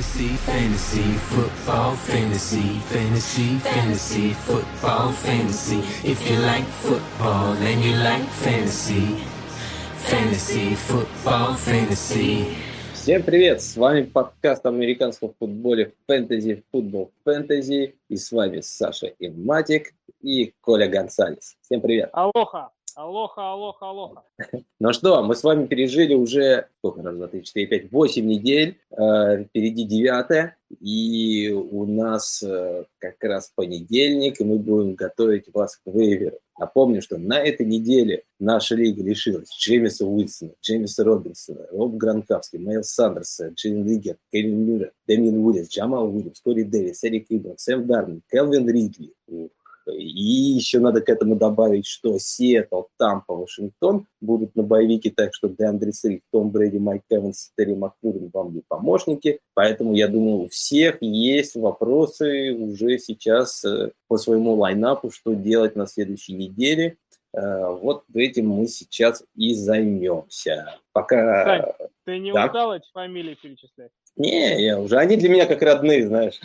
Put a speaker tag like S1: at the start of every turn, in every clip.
S1: Fantasy, fantasy, football, fantasy, fantasy, fantasy, football, fantasy. If you like football and you like fantasy, fantasy, football, fantasy.
S2: Всем привет! С вами подкаст о американском футболе «Фэнтези Футбол Фэнтези». И с вами Саша Ирматик и Коля Гонсалес. Всем привет!
S3: Алоха! Алоха!
S2: Ну что, мы с вами пережили уже, сколько раз, 2, 3, 4, 5, 8 недель. Впереди 9-я. И у нас как раз понедельник, и мы будем готовить вас к вейверу. Напомню, что на этой неделе наша лига лишилась Джеймиса Уитсона, Джеймиса Робинсона, Роб Гранкавски, Майлз Сандерса, Джейн Лигер, Кевин Мюррей, Дэмиен Уильямс, Джамал Уильямс, Кори Дэвис, Эрик Ибрам, Сэм Дарвин, Келвин Ридли. И еще надо к этому добавить, что Сиэтл, Тампа, Вашингтон будут на боевике, так что Деандре Свифт, Том Брэди, Майк Эванс, Терри Макфурин вам не помощники. Поэтому, я думаю, у всех есть вопросы уже сейчас по своему лайнапу, что делать на следующей неделе. Вот этим мы сейчас и займемся. Пока...
S3: Сань, ты не устал эти фамилии перечислять?
S2: Не, я уже. Они для меня как родные, знаешь.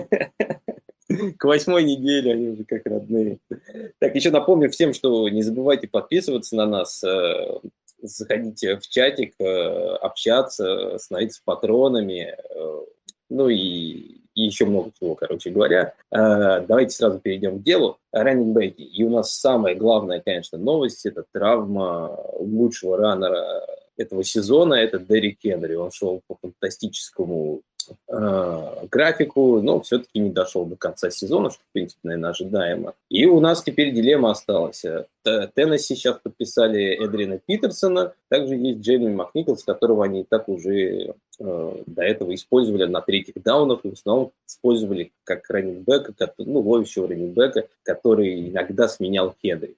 S2: К 8-й неделе они уже как родные. Так, еще напомню всем, что не забывайте подписываться на нас, заходите в чатик, общаться, становиться патронами, ну и еще много чего, короче говоря. Давайте сразу перейдем к делу. Раннинг-бэки. И у нас самая главная, конечно, новость – это травма лучшего раннера этого сезона, это Деррик Хенри. Он шел по фантастическому графику, но все-таки не дошел до конца сезона, что, в принципе, наверное, ожидаемо. И у нас теперь дилемма осталась. Теннесси сейчас подписали Эдриана Питерсона, также есть Джейми Макниколс, которого они и так уже до этого использовали на третьих даунах, и в основном использовали как раннингбека, ловящего раннингбека, который иногда сменял Хенри.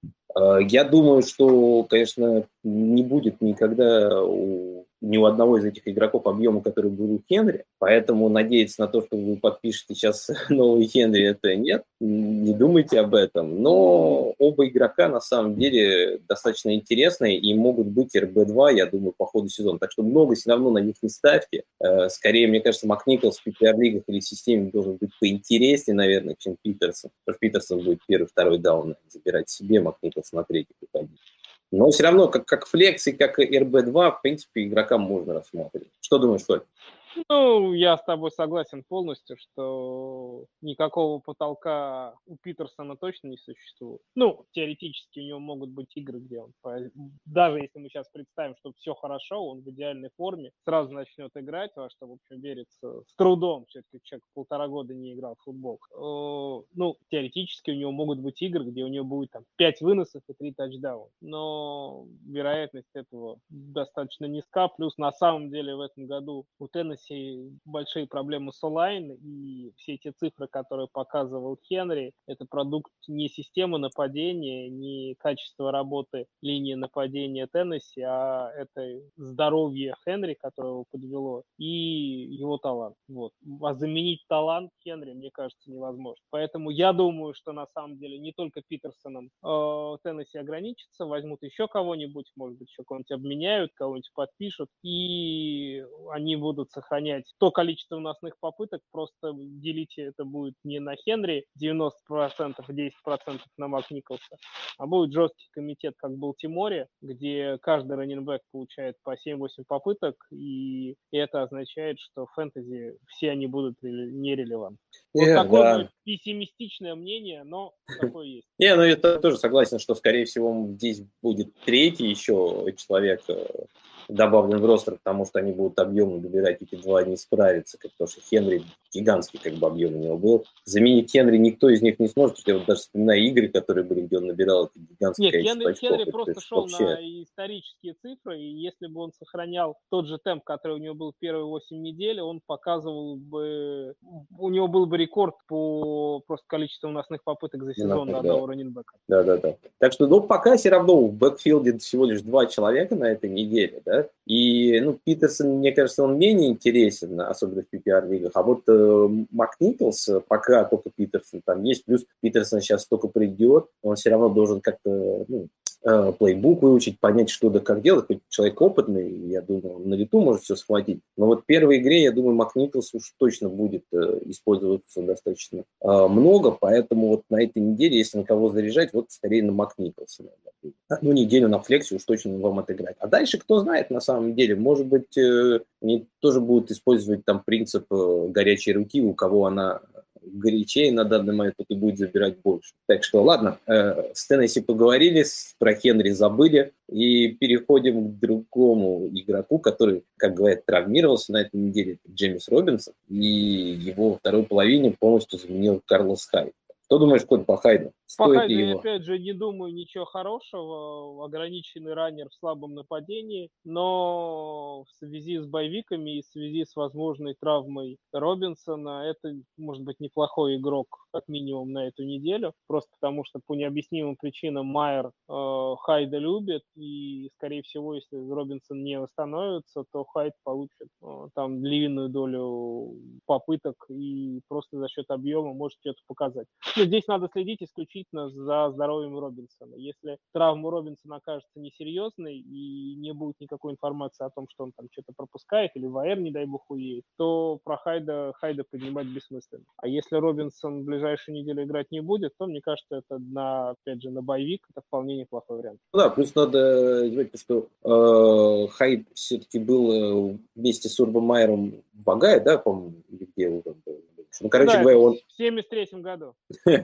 S2: Я думаю, что, конечно, не будет никогда ни у одного из этих игроков объема, который был у Хенри, поэтому надеяться на то, что вы подпишете сейчас новый Хенри, это нет, не думайте об этом. Но оба игрока на самом деле достаточно интересные и могут быть РБ-2, я думаю, по ходу сезона. Так что много все равно на них не ставьте. Скорее, мне кажется, Макниколс в PPR-лигах или системе должен быть поинтереснее, наверное, чем Питерсон. Потому что Питерсон будет первый, второй даун забирать себе, Макниколс на третий выходить. Но все равно, как флекс и как РБ-2, в принципе, игрокам можно рассматривать. Что думаешь, Коль?
S3: Ну, я с тобой согласен полностью, что никакого потолка у Питерсона точно не существует. Ну, теоретически у него могут быть игры, где он, даже если мы сейчас представим, что все хорошо, он в идеальной форме, сразу начнет играть, во что, в общем, верится с трудом. Все-таки человек 1,5 года не играл в футбол. Ну, теоретически у него могут быть игры, где у него будет там 5 выносов и 3 тачдауна. Но вероятность этого достаточно низка. Плюс на самом деле в этом году у Теннесси большие проблемы с онлайн, и все эти цифры, которые показывал Хенри, это продукт не системы нападения, не качества работы линии нападения Теннесси, а это здоровье Хенри, которое его подвело, и его талант. Вот. А заменить талант Хенри, мне кажется, невозможно. Поэтому я думаю, что на самом деле не только Питерсоном Теннесси ограничится, возьмут еще кого-нибудь, может быть, еще кого-нибудь обменяют, кого-нибудь подпишут, и они будут сохранять то количество выносных попыток, просто делите это будет не на Хенри 90%, 10% на Макниколса, а будет жесткий комитет, как был в Тиморе, где каждый раннинбэк получает по 7-8 попыток, и это означает, что в фэнтези все они будут нерелевантны. Вот такое будет пессимистичное мнение, но такое есть.
S2: Я тоже согласен, что, скорее всего, здесь будет третий еще человек добавлен в ростер, потому что они будут объемно добирать, эти два не справятся, потому что Хенри гигантский объем у него был. Заменить Хенри никто из них не сможет, потому что я вот даже вспоминаю игры, которые были, где он набирал это гигантское количество очков.
S3: Хенри просто шел на исторические цифры, и если бы он сохранял тот же темп, который у него был в первые 8 недель, он показывал бы, у него был бы рекорд по просто количеству выносных попыток за сезон на одного раннинбека.
S2: Да. Так что, пока все равно в бэкфилде всего лишь 2 человека на этой неделе, да, и, Питерсон, мне кажется, он менее интересен, особенно в PPR-лигах, а вот Макниколс, пока только Питерсон там есть, плюс Питерсон сейчас только придет, он все равно должен как-то, плейбук выучить, понять, что да как делать. Хоть человек опытный, я думаю, он на лету может все схватить. Но вот в первой игре, я думаю, МакНиколс уж точно будет использоваться достаточно много, поэтому вот на этой неделе, если на кого заряжать, вот скорее на МакНиколса. Одну неделю на флексе уж точно вам отыграть. А дальше, кто знает, на самом деле, может быть, они тоже будут использовать там принцип горячей руки, у кого она горячее на данный момент, тот и будет забирать больше. Так что, ладно, с Теннесси поговорили, про Хенри забыли, и переходим к другому игроку, который, как говорят, травмировался на этой неделе, Джеймс Робинсон, и его во второй половине полностью заменил Карлос Хайд. Что думаешь, Коль, по Хайду?
S3: По Хайду я, опять же, не думаю ничего хорошего. Ограниченный раннер в слабом нападении. Но в связи с боевиками и в связи с возможной травмой Робинсона это может быть неплохой игрок, как минимум, на эту неделю. Просто потому, что по необъяснимым причинам Майер Хайда любит. И, скорее всего, если Робинсон не восстановится, то Хайд получит там львиную долю попыток и просто за счет объема может что-то показать. Но здесь надо следить исключительно за здоровьем Робинсона. Если травма Робинсона окажется несерьезной и не будет никакой информации о том, что он там что-то пропускает или в АР, не дай бог, уедет, то про Хайда поднимать бессмысленно. А если Робинсон в ближайшую неделю играть не будет, то, мне кажется, это, опять же, на боевик это вполне неплохой вариант.
S2: Да, плюс надо знать, что Хайд все-таки был вместе с Урбан Майером в Огайо, да, по-моему, или где он там был? Ну, короче говоря, он...
S3: В 73-м году.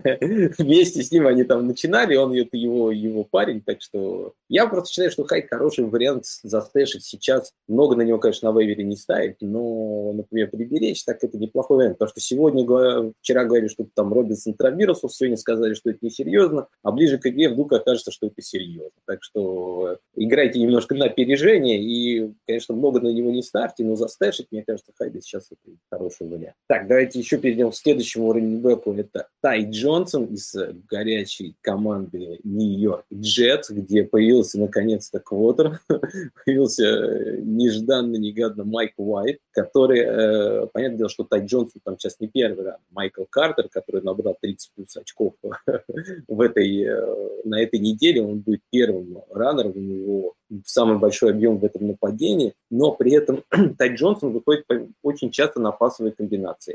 S2: Вместе с ним они там начинали, он его парень, так что я просто считаю, что Хайд хороший вариант застэшить сейчас. Много на него, конечно, на вейвере не ставить, но, например, приберечь, так это неплохой вариант, потому что вчера говорили, что там Робинсон травмировался, сегодня сказали, что это несерьезно, а ближе к игре вдруг окажется, что это серьезно. Так что играйте немножко на опережение и, конечно, много на него не ставьте, но застэшить, мне кажется, Хайда сейчас это хороший вариант. Так, давайте еще перейдем к следующему раннинбеку. Это Тай Джонсон из горячей команды Нью-Йорк Джетс, где появился наконец-то квотер. Появился нежданно-негаданно Майк Уайт, который, понятное дело, что Тай Джонсон там сейчас не первый раз. Майкл Картер, который набрал 30 плюс очков на этой неделе, он будет первым раннером, у него самый большой объем в этом нападении, но при этом Тай Джонсон выходит очень часто на пасовые комбинации.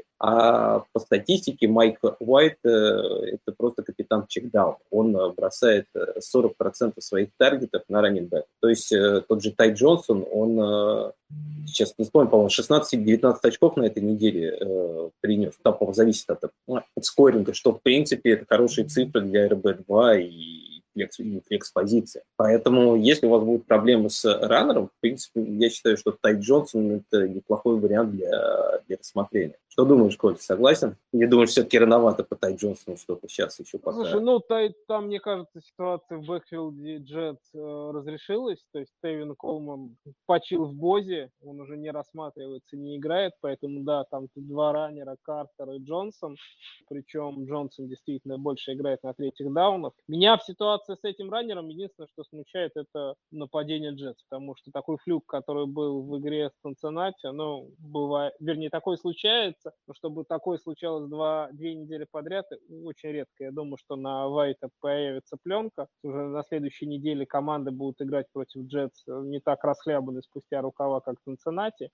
S2: А по статистике Майк Уайт это просто капитан чекдаун. Он бросает 40% своих таргетов на раннинбэк. То есть тот же Тай Джонсон, он сейчас не вспомню, по-моему, 16-19 очков на этой неделе принес. Там, по-моему, зависит от скоринга, что в принципе это хорошие цифры для РБ-2 и флекс-позиция. Поэтому, если у вас будут проблемы с раннером, в принципе, я считаю, что Тай Джонсон – это неплохой вариант для рассмотрения. Что думаешь, Коль, согласен? Я думаю, все-таки рановато по Тай Джонсону что-то сейчас еще пока.
S3: Слушай, там, мне кажется, ситуация в бэкфилде Джетс разрешилась. То есть Тевин Колман почил в Бозе, он уже не рассматривается, не играет, поэтому, да, там два раннера, Картер и Джонсон. Причем Джонсон действительно больше играет на третьих даунах. Меня в ситуации с этим раннером единственное, что смущает, это нападение Джетс, потому что такой флюк, который был в игре с Цинциннати, бывает, вернее, такое случается, но чтобы такое случалось две недели подряд, очень редко. Я думаю, что на Вайта появится пленка. Уже на следующей неделе команды будут играть против Джетс не так расхлябаны спустя рукава, как Цинциннати,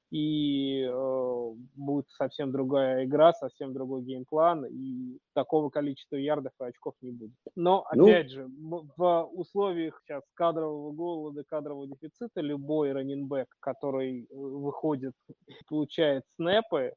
S3: и будет совсем другая игра, совсем другой геймплан, и такого количества ярдов и очков не будет. Но, опять же, в условиях сейчас кадрового голода, кадрового дефицита, любой раннинбэк, который выходит, получает снэпы,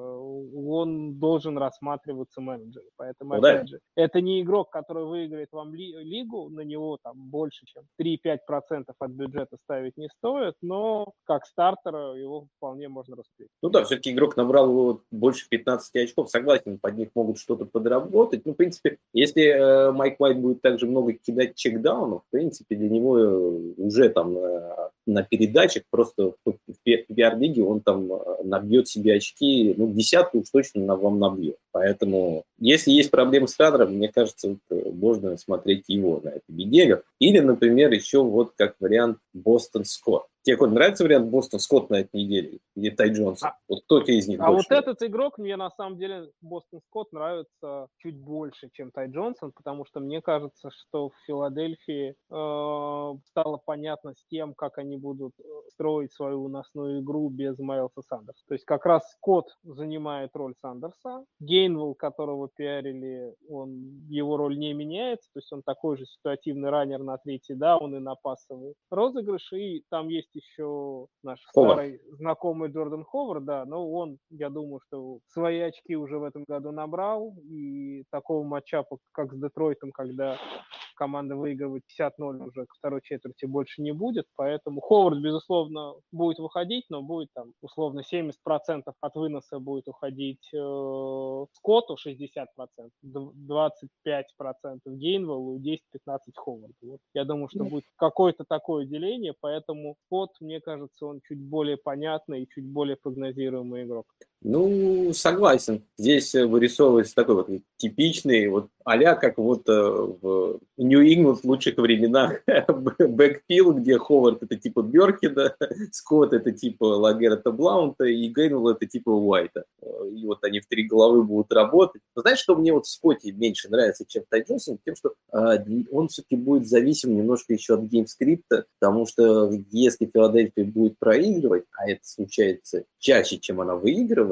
S3: он должен рассматриваться менеджером. Поэтому, опять же, это не игрок, который выиграет вам лигу, на него там больше, чем 3-5% от бюджета ставить не стоит, но как стартера его вполне можно раскрыть.
S2: Ну да, все-таки игрок набрал больше 15 очков, согласен, под них могут что-то подработать. Ну, в принципе, если Майк Уайт будет также много кидать чекдаунов, в принципе, для него уже там на передачах просто в PR-лиге он там набьет себе очки, десятку уж точно вам набьет. Поэтому, если есть проблемы с раннером, мне кажется, можно смотреть его на этой неделе. Или, например, еще вот как вариант Бостон Скотт. Тебе хоть нравится вариант Бостон Скотт на этой неделе? Или Тай Джонсон? Вот кто тебе из них больше
S3: вот
S2: нравится?
S3: этот игрок, мне на самом деле Бостон Скотт нравится чуть больше, чем Тай Джонсон, потому что мне кажется, что в Филадельфии стало понятно с тем, как они будут строить свою выносную игру без Майлса Сандерса. То есть как раз Скотт занимает роль Сандерса, Гейнвелл, которого пиарили, его роль не меняется, то есть он такой же ситуативный раннер на третий даун и на пассовый розыгрыш, и там есть еще наш старый знакомый Джордан Ховард, да, но он, я думаю, что свои очки уже в этом году набрал, и такого матчапа, как с Детройтом, когда команда выигрывает 50-0 уже к второй четверти, больше не будет, поэтому Ховард, безусловно, будет выходить, но будет там условно 70% от выноса будет уходить Скотту, 60%, 25% Гейнвеллу и 10-15 Ховарду. Вот. Я думаю, что будет какое-то такое деление, поэтому Скотт, мне кажется, он чуть более понятный и чуть более прогнозируемый игрок.
S2: Ну, согласен. Здесь вырисовывается такой вот типичный, вот а-ля как вот в Нью-Ингланд в лучших временах бэкфилд, где Ховард это типа Бёркеда, Скотт это типа Лагерта Блаунта и Гейнвелл это типа Уайта. И вот они в три головы будут работать. Но знаешь, что мне вот в Скотте меньше нравится, чем Тай Джонсон? Тем, что он все-таки будет зависим немножко еще от геймскрипта, потому что если Филадельфия будет проигрывать, а это случается чаще, чем она выигрывает,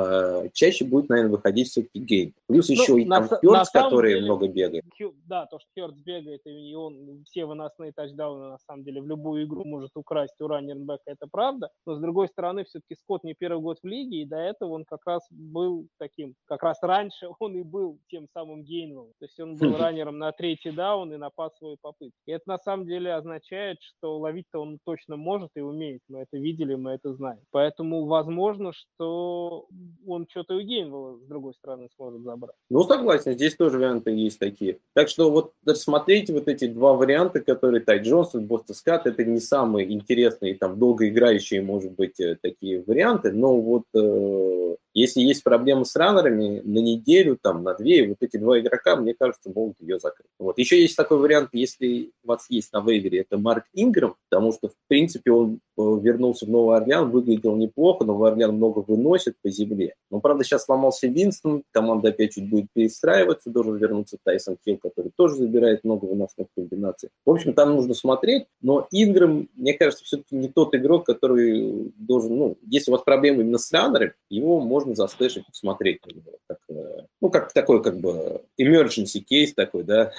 S2: чаще будет, наверное, выходить все-таки Гейн. Плюс еще и там Хёртс, который много бегает.
S3: Да, то, что Хёртс бегает, и он все выносные тачдауны, на самом деле, в любую игру может украсть у раннербека, это правда. Но, с другой стороны, все-таки Скотт не первый год в лиге, и до этого он как раз был таким, как раз раньше он и был тем самым Гейнвеллом. То есть он был раннером на третий даун и на пасовые попытки. И это, на самом деле, означает, что ловить-то он точно может и умеет. Мы это видели, мы это знаем. Поэтому, возможно, что он что-то у Гейнвелла, с другой стороны, сможет забрать.
S2: Ну, согласен, здесь тоже варианты есть такие. Так что вот смотрите вот эти два варианта, которые Тай Джонсон, Бостон Скотт, это не самые интересные, там, долгоиграющие, может быть, такие варианты, но вот если есть проблемы с раннерами на неделю, там, на две, вот эти два игрока, мне кажется, могут ее закрыть. Вот. Еще есть такой вариант, если у вас есть на вейвере, это Марк Инграм, потому что, в принципе, он вернулся в Новый Орлеан, выглядел неплохо, Новый Орлеан много выносит по земле. Но, правда, сейчас сломался Винстон, команда опять чуть будет перестраиваться, должен вернуться Тайсон Хилл, который тоже забирает много выносных комбинаций. В общем, там нужно смотреть, но Инграм, мне кажется, все-таки не тот игрок, который должен, ну, если у вас проблемы именно с раннером, его можно заслышать, посмотреть на него. Как, ну, как такой, как бы, emergency кейс такой, да,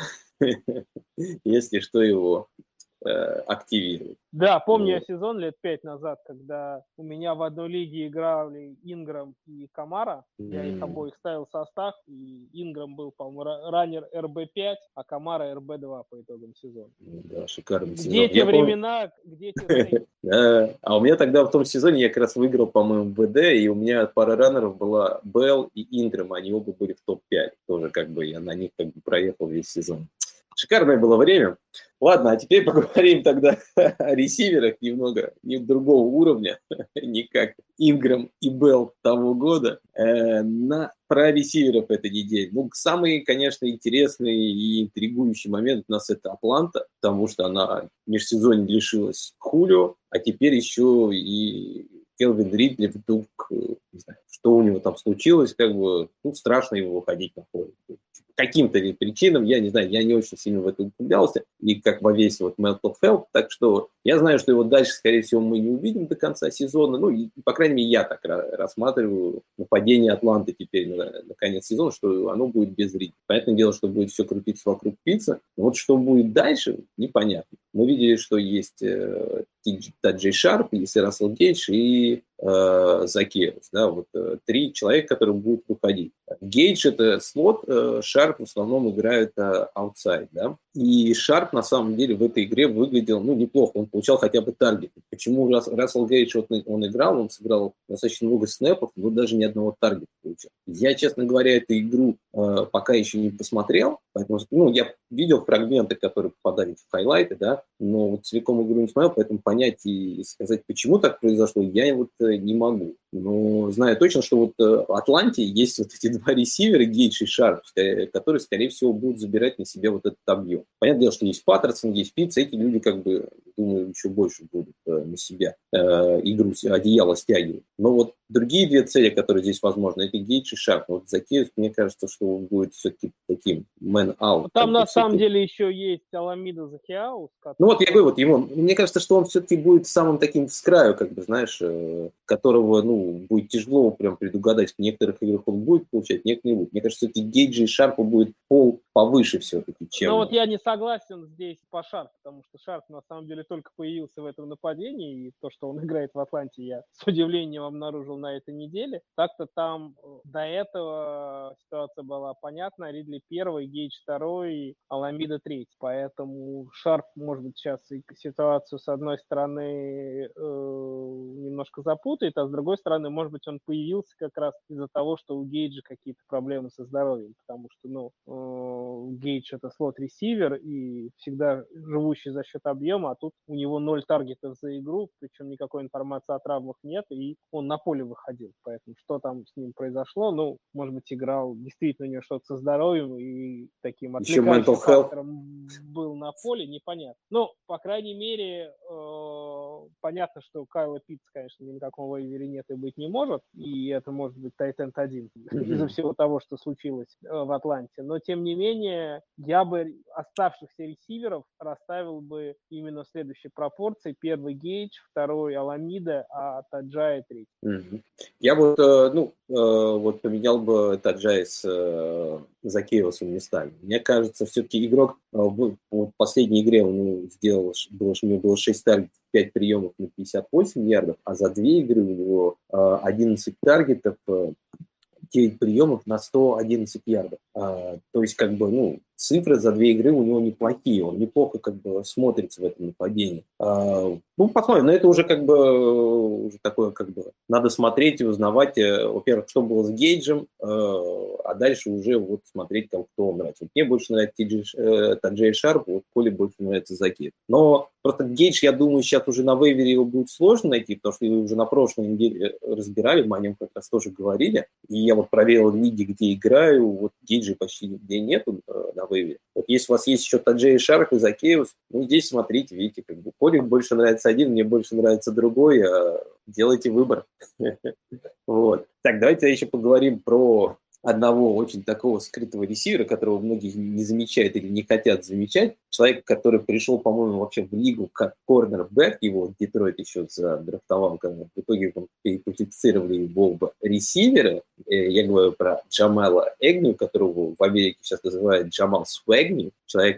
S2: если что, его активировать.
S3: Да, помню я сезон лет 5 назад, когда у меня в одной лиге играли Инграм и Камара. Я их обоих ставил в состав, и Инграм был, по-моему, раннер РБ-5, а Камара РБ-2 по итогам сезона.
S2: Да, шикарный сезон.
S3: Где те времена, где те...
S2: Да, а у меня тогда в том сезоне я как раз выиграл, по-моему, БД, и у меня пара раннеров была Белл и Инграм, они оба были в топ-5. Тоже как бы я на них как бы проехал весь сезон. Шикарное было время. Ладно, а теперь поговорим тогда о ресиверах немного, не другого уровня, не как Инграм и Белл того года, про ресиверов этой недели. Ну, самый, конечно, интересный и интригующий момент у нас это Атланта, потому что она в межсезонье лишилась Хулио, а теперь еще и Келвин Ридли вдруг, не знаю, что у него там случилось, как бы, ну, страшно его выходить на поле. Каким-то причинам, я не знаю, я не очень сильно в это углублялся, и как во весь вот Mental Health, так что я знаю, что его дальше, скорее всего, мы не увидим до конца сезона, ну, и, по крайней мере, я так рассматриваю нападение Атланты теперь на конец сезона, что оно будет без Ридли. Понятное дело, что будет все крутиться вокруг Питца, но вот что будет дальше, непонятно. Мы видели, что есть Таджей Шарп, есть Рассел Гейдж и Закеус, да, вот три человека, которые будут выходить. Гейдж это слот, Шарп в основном играет аутсайд, да, и Шарп на самом деле в этой игре выглядел, ну, неплохо, он получал хотя бы таргет. Почему Рассел Гейдж он играл, он сыграл достаточно много снэпов, но даже ни одного таргета получил. Я, честно говоря, эту игру пока еще не посмотрел, поэтому, ну, я видел фрагменты, которые попадали в хайлайты, да, но вот целиком игру не смотрел, поэтому понять и сказать, почему так произошло, я вот не могу. Но знаю точно, что вот в Атланте есть вот эти два ресивера, Гейдж и Шарп, которые, скорее всего, будут забирать на себя вот этот объем. Понятное дело, что есть Паттерсон, есть Питц, эти люди, как бы, думаю, еще больше будут на себя игру, одеяло стягивать. Но вот другие две цели, которые здесь возможны, это Гейдж и Шарп. Вот Закеус, мне кажется, что он будет все-таки таким man-out.
S3: Там на самом деле еще есть Аламида Закеаус.
S2: Ну вот я говорю, вот ему, мне кажется, что он все-таки будет самым таким с краю, как бы, знаешь, которого, будет тяжело прям предугадать. Некоторых играх он будет получать, некоторых не будет. Мне кажется, все-таки Гейджи и Шарпу будет пол повыше все-таки, чем...
S3: Ну вот я не согласен здесь по Шарпу, потому что Шарп на самом деле только появился в этом нападении, и то, что он играет в Атланте, я с удивлением обнаружил на этой неделе. Так-то там до этого ситуация была понятна. Ридли первый, Гейдж второй, Аламида третий. Поэтому Шарп, может быть, сейчас и ситуацию с одной стороны немножко запутает, а с другой стороны, может быть, он появился как раз из-за того, что у Гейджа какие-то проблемы со здоровьем, потому что, Гейдж это слот-ресивер и всегда живущий за счет объема, а тут у него 0 таргетов за игру, причем никакой информации о травмах нет, и он на поле выходил. Поэтому что там с ним произошло? Может быть, играл действительно у него что-то со здоровьем и таким отвлекающим фактором был на поле, непонятно. По крайней мере, понятно, что Кайла Питтс, конечно, ни на каком вейвере нет и быть не может, и это может быть тайтенд 1 из-за всего того, что случилось в Атланте. Но, тем не менее, я бы оставшихся ресиверов расставил бы именно в следующей пропорции. Первый Гейдж, второй Аламида, а Таджая третий.
S2: Я вот поменял бы Таджая с Закеусом местами. Мне кажется, все-таки игрок в последней игре он сделал, у него было 6 таргетов, 5 приемов на 58 ярдов, а за 2 игры у него 11 таргетов, 9 приемов на 111 ярдов. То есть, цифры за 2 игры у него неплохие, он неплохо смотрится в этом нападении. Посмотрим, но это уже уже такое надо смотреть и узнавать, во-первых, что было с Гейджем, а дальше уже смотреть, кто вам нравится. Мне больше нравится Таджей Шарп, Коле больше нравится Закет. Но просто Гейдж, я думаю, сейчас уже на вейвере его будет сложно найти, потому что его уже на прошлой неделе разбирали, мы о нем как раз тоже говорили, и я проверил лиги, где играю, Гейджи почти нигде нету на вейвере. Если у вас есть еще Таджей Шарп и Закеус, здесь смотрите, видите, Коле больше нравится один, мне больше нравится другой, делайте выбор. Так, давайте еще поговорим про одного очень такого скрытого ресивера, которого многие не замечают или не хотят замечать. Человек, который пришел, по-моему, вообще в лигу как корнербэк, его Детройт еще задрафтовал, когда в итоге переквалифицировали его в ресивера. Я говорю про Джамала Эгню, которого в Америке сейчас называют Джамал Свэгни. Человек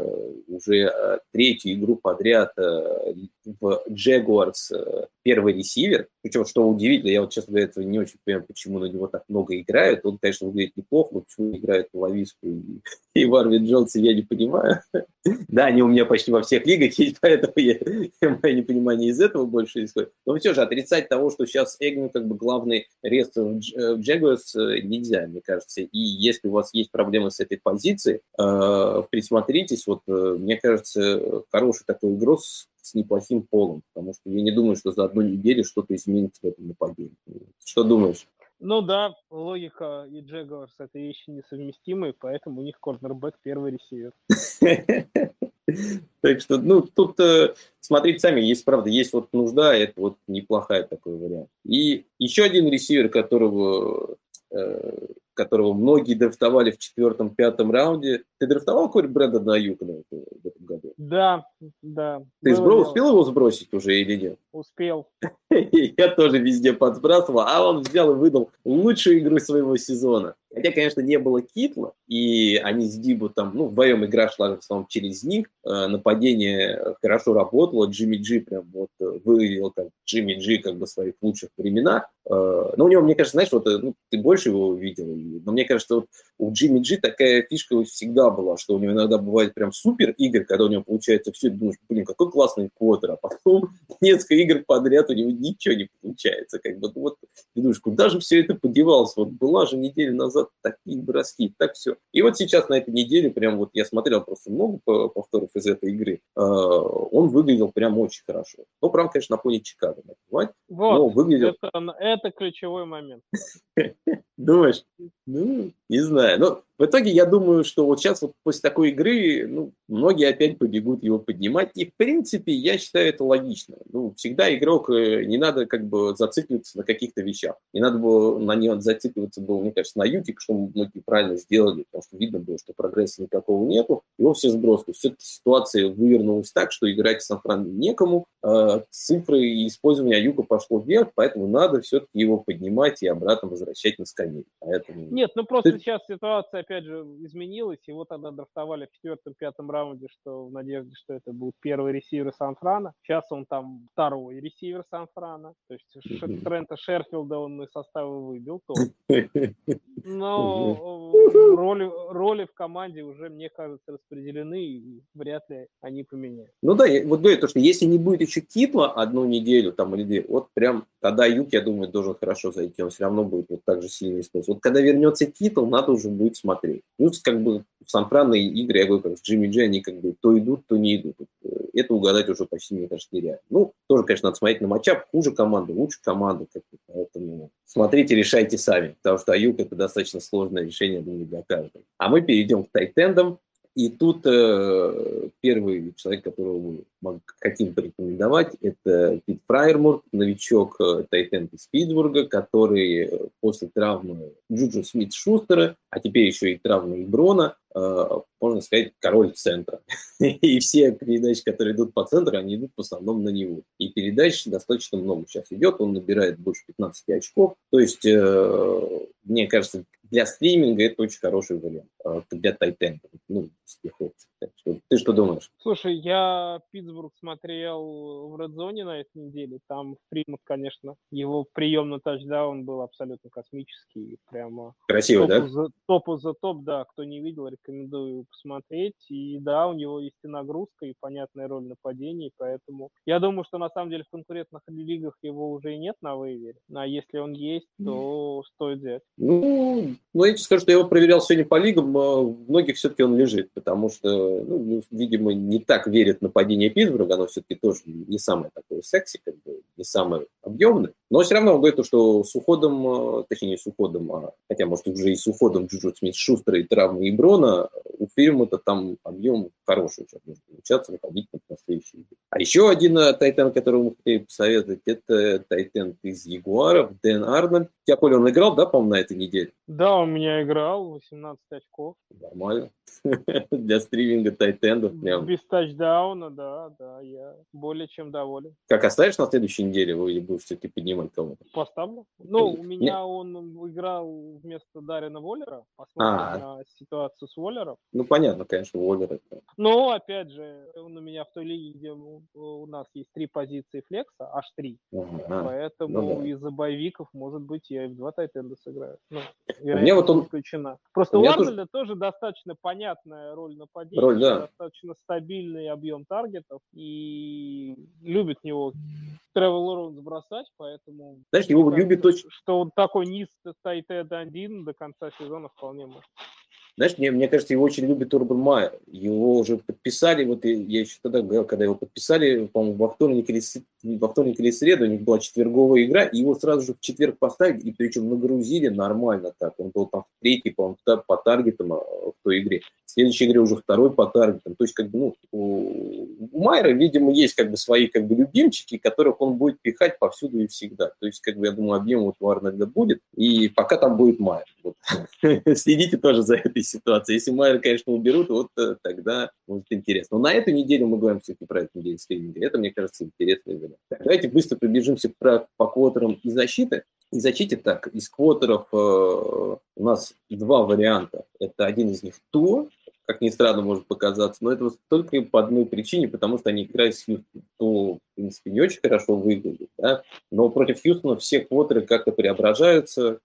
S2: уже 3-ю игру подряд в Джегуарс первый ресивер. Причем, что удивительно, я честно говоря, этого не очень понимаю, почему на него так много играют. Он, конечно, выглядит неплохо, но почему играют в Лависку и Марвин Джонса, я не понимаю. Да, они у меня почти во всех лигах есть, поэтому мое непонимание из этого больше исходит. Но все же отрицать того, что сейчас Эгню главный рез в Джегуарс нельзя, мне кажется. И если у вас есть проблемы с этой позицией, присмотритесь. Мне кажется, хороший такой игрок с неплохим полом, потому что я не думаю, что за одну неделю что-то изменится в этом нападении. Что думаешь?
S3: Да, логика и Джегуарс — это вещи несовместимые, поэтому у них корнербэк первый ресивер.
S2: Так что, тут смотрите сами, есть нужда, это неплохая такой вариант. И еще один ресивер, которого многие драфтовали в 4-5 раунде. Ты драфтовал какой-то Брэндона Аюка в этом году?
S3: Да.
S2: Ты успел его сбросить уже или нет?
S3: Успел.
S2: Я тоже везде подсбрасывал, а он взял и выдал лучшую игру своего сезона. Хотя, конечно, не было Китла, и они с Дибо вдвоем игра шла в основном через них. Нападение хорошо работало, Джимми Джи прям выглядел как Джимми Джи в своих лучших временах. Но у него, мне кажется, знаешь, ты больше его видел, но мне кажется, у Джимми Джи такая фишка всегда была, что у него иногда бывает прям супер игры, когда у него получается все, и думаешь, какой классный квотер, а потом несколько игр подряд у него ничего не получается. Как бы, ну, вот, ты думаешь, куда же все это подевалось? Вот была же неделю назад такие броски, так все. И вот сейчас на этой неделе, прям вот я смотрел просто много повторов из этой игры, он выглядел прям очень хорошо. Ну, прям, конечно, на фоне Чикаго, вот, но выглядел...
S3: это ключевой момент.
S2: Думаешь? Ну, не знаю. Но в итоге я думаю, что вот сейчас вот после такой игры, ну, многие опять побегут его поднимать. И, в принципе, я считаю это логично. Ну, всегда игрок, не надо как бы зацикливаться на каких-то вещах. Не надо было на него зацикливаться было, мне кажется, на Ютик, что многие правильно сделали, потому что видно было, что прогресса никакого нету. Его все сбросили. Все-таки ситуация вывернулась так, что играть в Сан-Фран некому. Цифры и использование Аюка пошло вверх, поэтому надо все-таки его поднимать и обратно возвращать на скамейку. Поэтому...
S3: Нет, ну просто сейчас ситуация, опять же, изменилась, его тогда драфтовали в 4-5 раунде, что в надежде, что это будет первый ресивер Сан-Франа. Сейчас он там второй ресивер Сан-Франа. То есть Трента Шерфилда он из состава выбил тоже. Но роли в команде уже, мне кажется, распределены, и вряд ли они поменяют.
S2: Ну да, вот говорю, то, что если не будет еще Китла одну неделю там или две, вот прям тогда Аюк, я думаю, должен хорошо зайти, он все равно будет вот так же сильно использовать. Вот когда вернется Китл, надо уже будет смотреть. Плюс как бы в Сан-Франные игры, я говорю, как с Джимми Джей, они как бы то идут, то не идут. Это угадать уже почти, мне кажется, нереально. Ну, тоже, конечно, надо смотреть на матчап, хуже команды, лучше команды, поэтому смотрите, решайте сами, потому что Аюк это достаточно сложное решение, думаю, для каждого. А мы перейдем к тайтендам. И тут первый человек, которого мы хотим порекомендовать, это Пит Фрайермурт, новичок тайтенд из Питтсбурга, который после травмы Джуджу Смит-Шустера, а теперь еще и травмы Иброна, можно сказать, король центра. И все передачи, которые идут по центру, они идут в основном на него. И передач достаточно много сейчас идет, он набирает больше 15 очков. То есть, мне кажется, для стриминга это очень хороший вариант. Для тайтенда. Ну, ты что думаешь?
S3: Слушай, я Питтсбург смотрел в Red Zone на этой неделе. Там Фримонт, конечно, его прием на тачдаун был абсолютно космический. Прямо
S2: красиво, да?
S3: Топ за топ, да. Кто не видел, рекомендую посмотреть. И да, у него есть и нагрузка, и понятная роль нападений, поэтому я думаю, что на самом деле в конкурентных лигах его уже и нет на вейвере. А если он есть, то стоит взять.
S2: Ну, я тебе скажу, что я его проверял сегодня по лигам, в многих все-таки он лежит, потому что, видимо, не так верят в нападение Питтсбурга, оно все-таки тоже не самое такое секси, как бы, не самое объемное. Но все равно он говорит, что с уходом, точнее не с уходом, хотя, может, уже и с уходом Джуджу Смит-Шустера и травмы Иброна, у Фримонта там объем хороший сейчас может получаться, выходить на следующий день. А еще один тайтенд, которого мы хотели посоветовать, это тайтенд из Ягуаров, Дэн Арнольд. У тебя, Коля, он играл, да, по-моему, на этой неделе?
S3: Да, у меня играл, 18 очков.
S2: Нормально. Для стриминга тайтендов.
S3: Без тачдауна, да, я более чем доволен.
S2: Как оставишь на следующей неделе, или будешь все-таки поднимать кого-то?
S3: Поставлю. Ну, у меня он играл вместо Даррена Воллера. Посмотрим на ситуацию с Воллером.
S2: Ну, понятно, конечно, Воллер.
S3: Но, опять же, он у меня в той лиге, где у нас есть 3 позиции флекса, аж 3. Поэтому из-за боевиков, может быть, я и в 2 тайтенда сыграю. Ну,
S2: мне вот он
S3: исключена. Просто у Арнольда тоже достаточно понятная роль нападения, достаточно стабильный объем таргетов, и любит него Тревор Лоуренс бросать, поэтому...
S2: Знаешь, его любит очень...
S3: Что он такой низ тайтенд 1 до конца сезона вполне может.
S2: Знаешь, мне кажется, его очень любит Урбан Майер. Его уже подписали, вот я еще тогда говорил, когда его подписали, по-моему, во вторник или среду, у них была четверговая игра, и его сразу же в четверг поставили, и причем нагрузили нормально так. Он был там третий, по-моему, по таргетам в той игре. В следующей игре уже второй по таргетам. То есть, как бы, у Майера, видимо, есть как бы свои как бы любимчики, которых он будет пихать повсюду и всегда. То есть, как бы, я думаю, объем вот у Арнольда будет, и пока там будет Майер. Вот. Следите тоже за этой ситуацией. Если Майера, конечно, уберут, вот тогда будет интересно. Но на эту неделю мы говорим все-таки про эту неделю стриминга. Это, мне кажется, интересный вариант. Давайте быстро пробежимся по квотерам и защиты. И защите так, из квотеров у нас 2 варианта. Это один из них Туа, как ни странно может показаться, но это только по одной причине, потому что они играют с Хьюстоном. То, в принципе, не очень хорошо выглядит, да? Но против Хьюстона все квотеры как-то преображаются,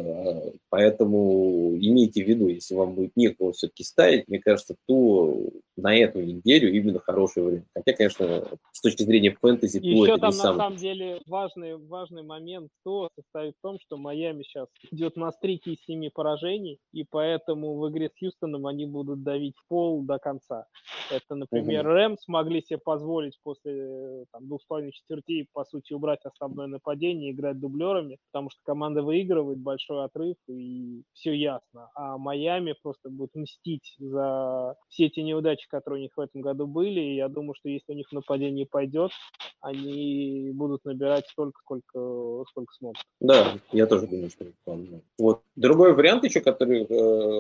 S2: поэтому имейте в виду, если вам будет некого все-таки ставить, мне кажется, то на эту неделю именно хороший вариант. Хотя, конечно, с точки зрения фэнтези, то
S3: Еще
S2: это
S3: там
S2: не
S3: на
S2: самый...
S3: самом деле важный момент состоит в том, что Майами сейчас идет на стрике из 7 поражений, и поэтому в игре с Хьюстоном они будут давить в пол до конца. Это, например, Рэмс могли себе позволить после 2,5 четвертей, по сути, убрать основное нападение, играть дублерами, потому что команда выигрывает, большой отрыв, и все ясно. А Майами просто будет мстить за все эти неудачи, которые у них в этом году были, и я думаю, что если у них нападение пойдет, они будут набирать столько, сколько смогут.
S2: Да, я тоже думаю, что это план. Вот. Другой вариант еще, который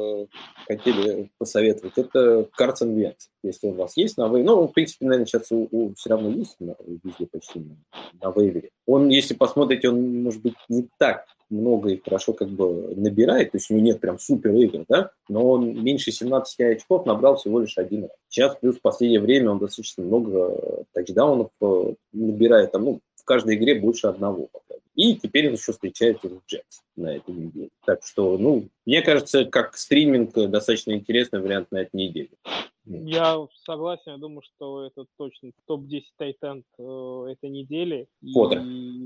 S2: хотели посоветовать, это Carson Wentz. Если у вас есть на вейвере, ну, в принципе, наверное, сейчас все равно есть везде почти на вейвере. Он, если посмотрите, он, может быть, не так много и хорошо как бы набирает, то есть у него нет прям супер игр, да, но он меньше 17 очков набрал всего лишь один раз. Сейчас плюс в последнее время он достаточно много тачдаунов набирает, там, ну, в каждой игре больше одного. И теперь он еще встречается с Джетс на этой неделе. Так что, ну, мне кажется, как стриминг достаточно интересный вариант на этой неделе.
S3: Я согласен, я думаю, что это точно топ-10 тайтенд этой недели.
S2: Квотер.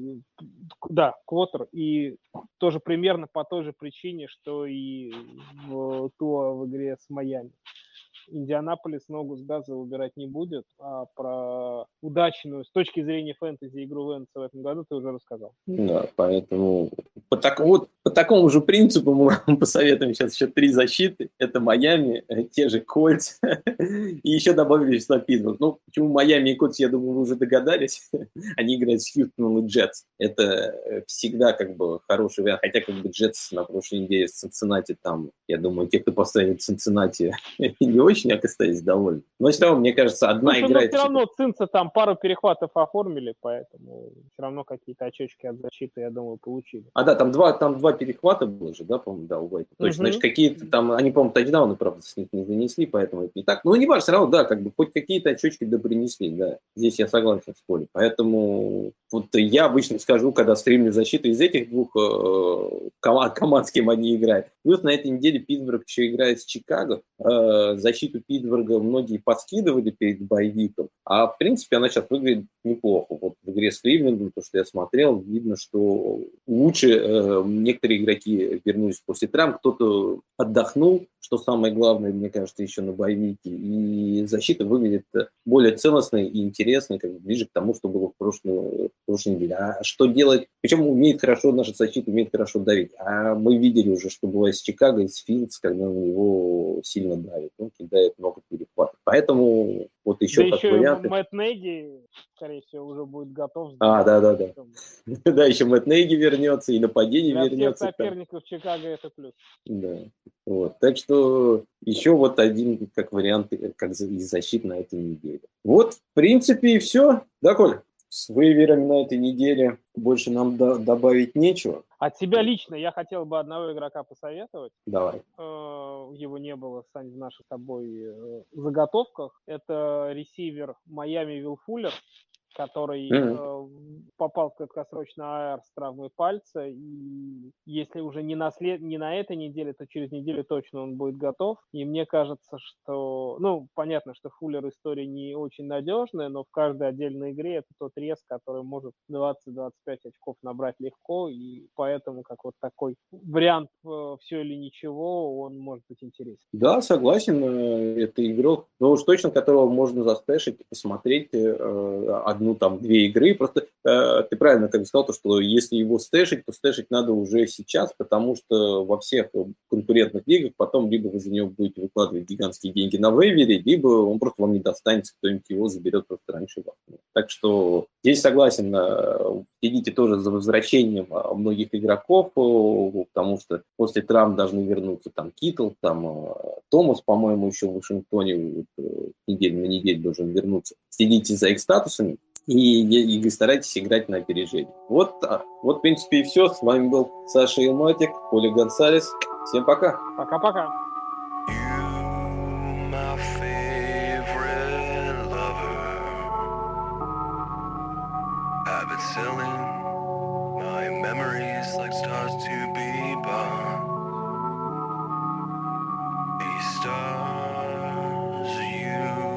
S3: Да, квотер. И тоже примерно по той же причине, что и в Туа в игре с Майами. Индианаполис ногу с газа выбирать не будет, а про удачную, с точки зрения фэнтези, игру Венца в этом году ты уже рассказал.
S2: Да, поэтому по такому же принципу мы вам посоветуем сейчас еще 3 защиты. Это Майами, те же Кольц, и еще добавили сюда Питтсбург. Ну, почему Майами и Кольц, я думаю, вы уже догадались. Они играют с Хьюстоном и Джетс. Это всегда как бы хороший вариант. Хотя как бы Джетс на прошлой неделе с Цинциннати там, я думаю, те, кто поставит Цинциннати, не очень остались довольны. Но все равно, мне кажется, одна игра...
S3: все равно Цинца там пару перехватов оформили, поэтому все равно какие-то очечки от защиты, я думаю, получили.
S2: А да, там два перехвата было же, да, по-моему, да, у Уайта. Точно, значит, какие-то там, они, по-моему, тачдауны, правда, с них не занесли, поэтому это не так. Но не важно, все равно, да, как бы хоть какие-то очечки да принесли, да. Здесь я согласен с Колей. Поэтому вот я обычно скажу, когда стримлю защиту из этих двух команд, с кем они играют. Плюс на этой неделе Питтсбург еще играет с Чикаго. Защиту Питтсбурга многие подскидывали перед боевиком, а в принципе она сейчас выглядит неплохо. Вот в игре с Кливлендом, то, что я смотрел, видно, что лучше некоторые игроки вернулись после травм, кто-то отдохнул, что самое главное, мне кажется, еще на боевике, и защита выглядит более целостной и интересной, как бы ближе к тому, что было в прошлой неделе. А что делать? Причем умеет хорошо, наша защита умеет хорошо давить. А мы видели уже, что бывает с Чикаго и с Филдс, когда на него сильно давит. Он кидает много перехватов. Поэтому вот еще
S3: да
S2: как вариант.
S3: Мэтт Неги, скорее всего, уже будет готов.
S2: Да. Да, еще Мэтт Неги вернется, и нападение
S3: вернется. Для
S2: вернется.
S3: всех соперников Чикаго это плюс.
S2: Да. Вот. Так что еще вот один как вариант, как из защит на этой неделе. Вот, в принципе, и все. Да, Коль? С вейверами на этой неделе больше нам добавить нечего.
S3: От себя лично я хотел бы одного игрока посоветовать.
S2: Давай.
S3: Его не было, Сань, в наших с тобой заготовках. Это ресивер Майами Вилл Фуллер, который попал в краткосрочный АР с травмой пальца, и если уже не на этой неделе, то через неделю точно он будет готов. И мне кажется, что, ну, понятно, что Фуллер история не очень надежная, но в каждой отдельной игре это тот рез, который может 20-25 очков набрать легко, и поэтому как вот такой вариант все или ничего, он может быть интересен.
S2: Да, согласен, это игрок, но уж точно которого можно застэшить и посмотреть одну-две игры. Просто ты правильно как бы сказал, то, что если его стэшить, то стэшить надо уже сейчас, потому что во всех конкурентных лигах потом либо вы за него будете выкладывать гигантские деньги на вейвере, либо он просто вам не достанется, кто-нибудь его заберет просто раньше вас. Так что здесь согласен, следите тоже за возвращением многих игроков, потому что после травм должны вернуться там Китл, там Томас, по-моему, еще в Вашингтоне неделю на неделю должен вернуться. Следите за их статусами и старайтесь играть на опережение. Вот, в принципе, и все. С вами был Саша Илматик, Коля Гонсалес. Всем пока.
S3: Пока-пока.
S4: Stars you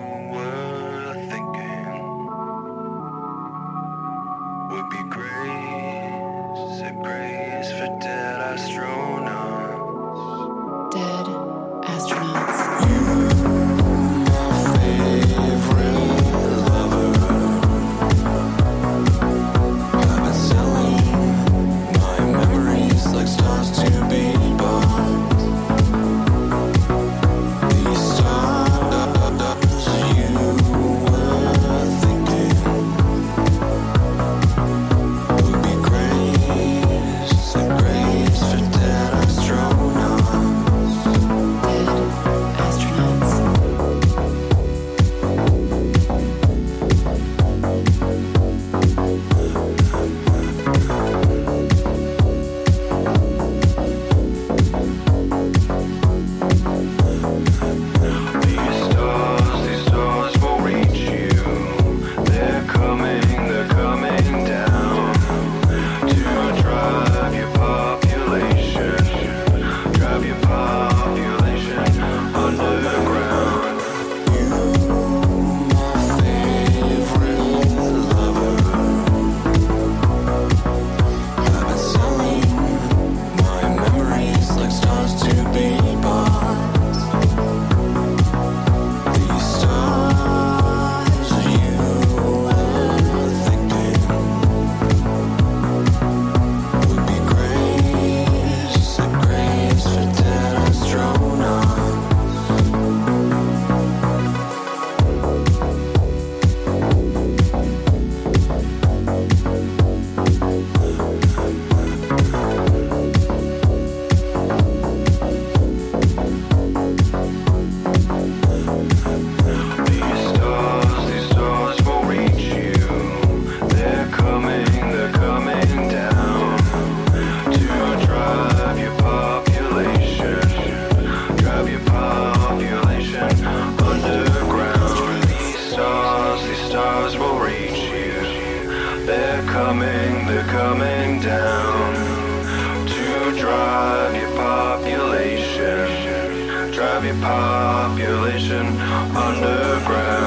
S4: of your population underground.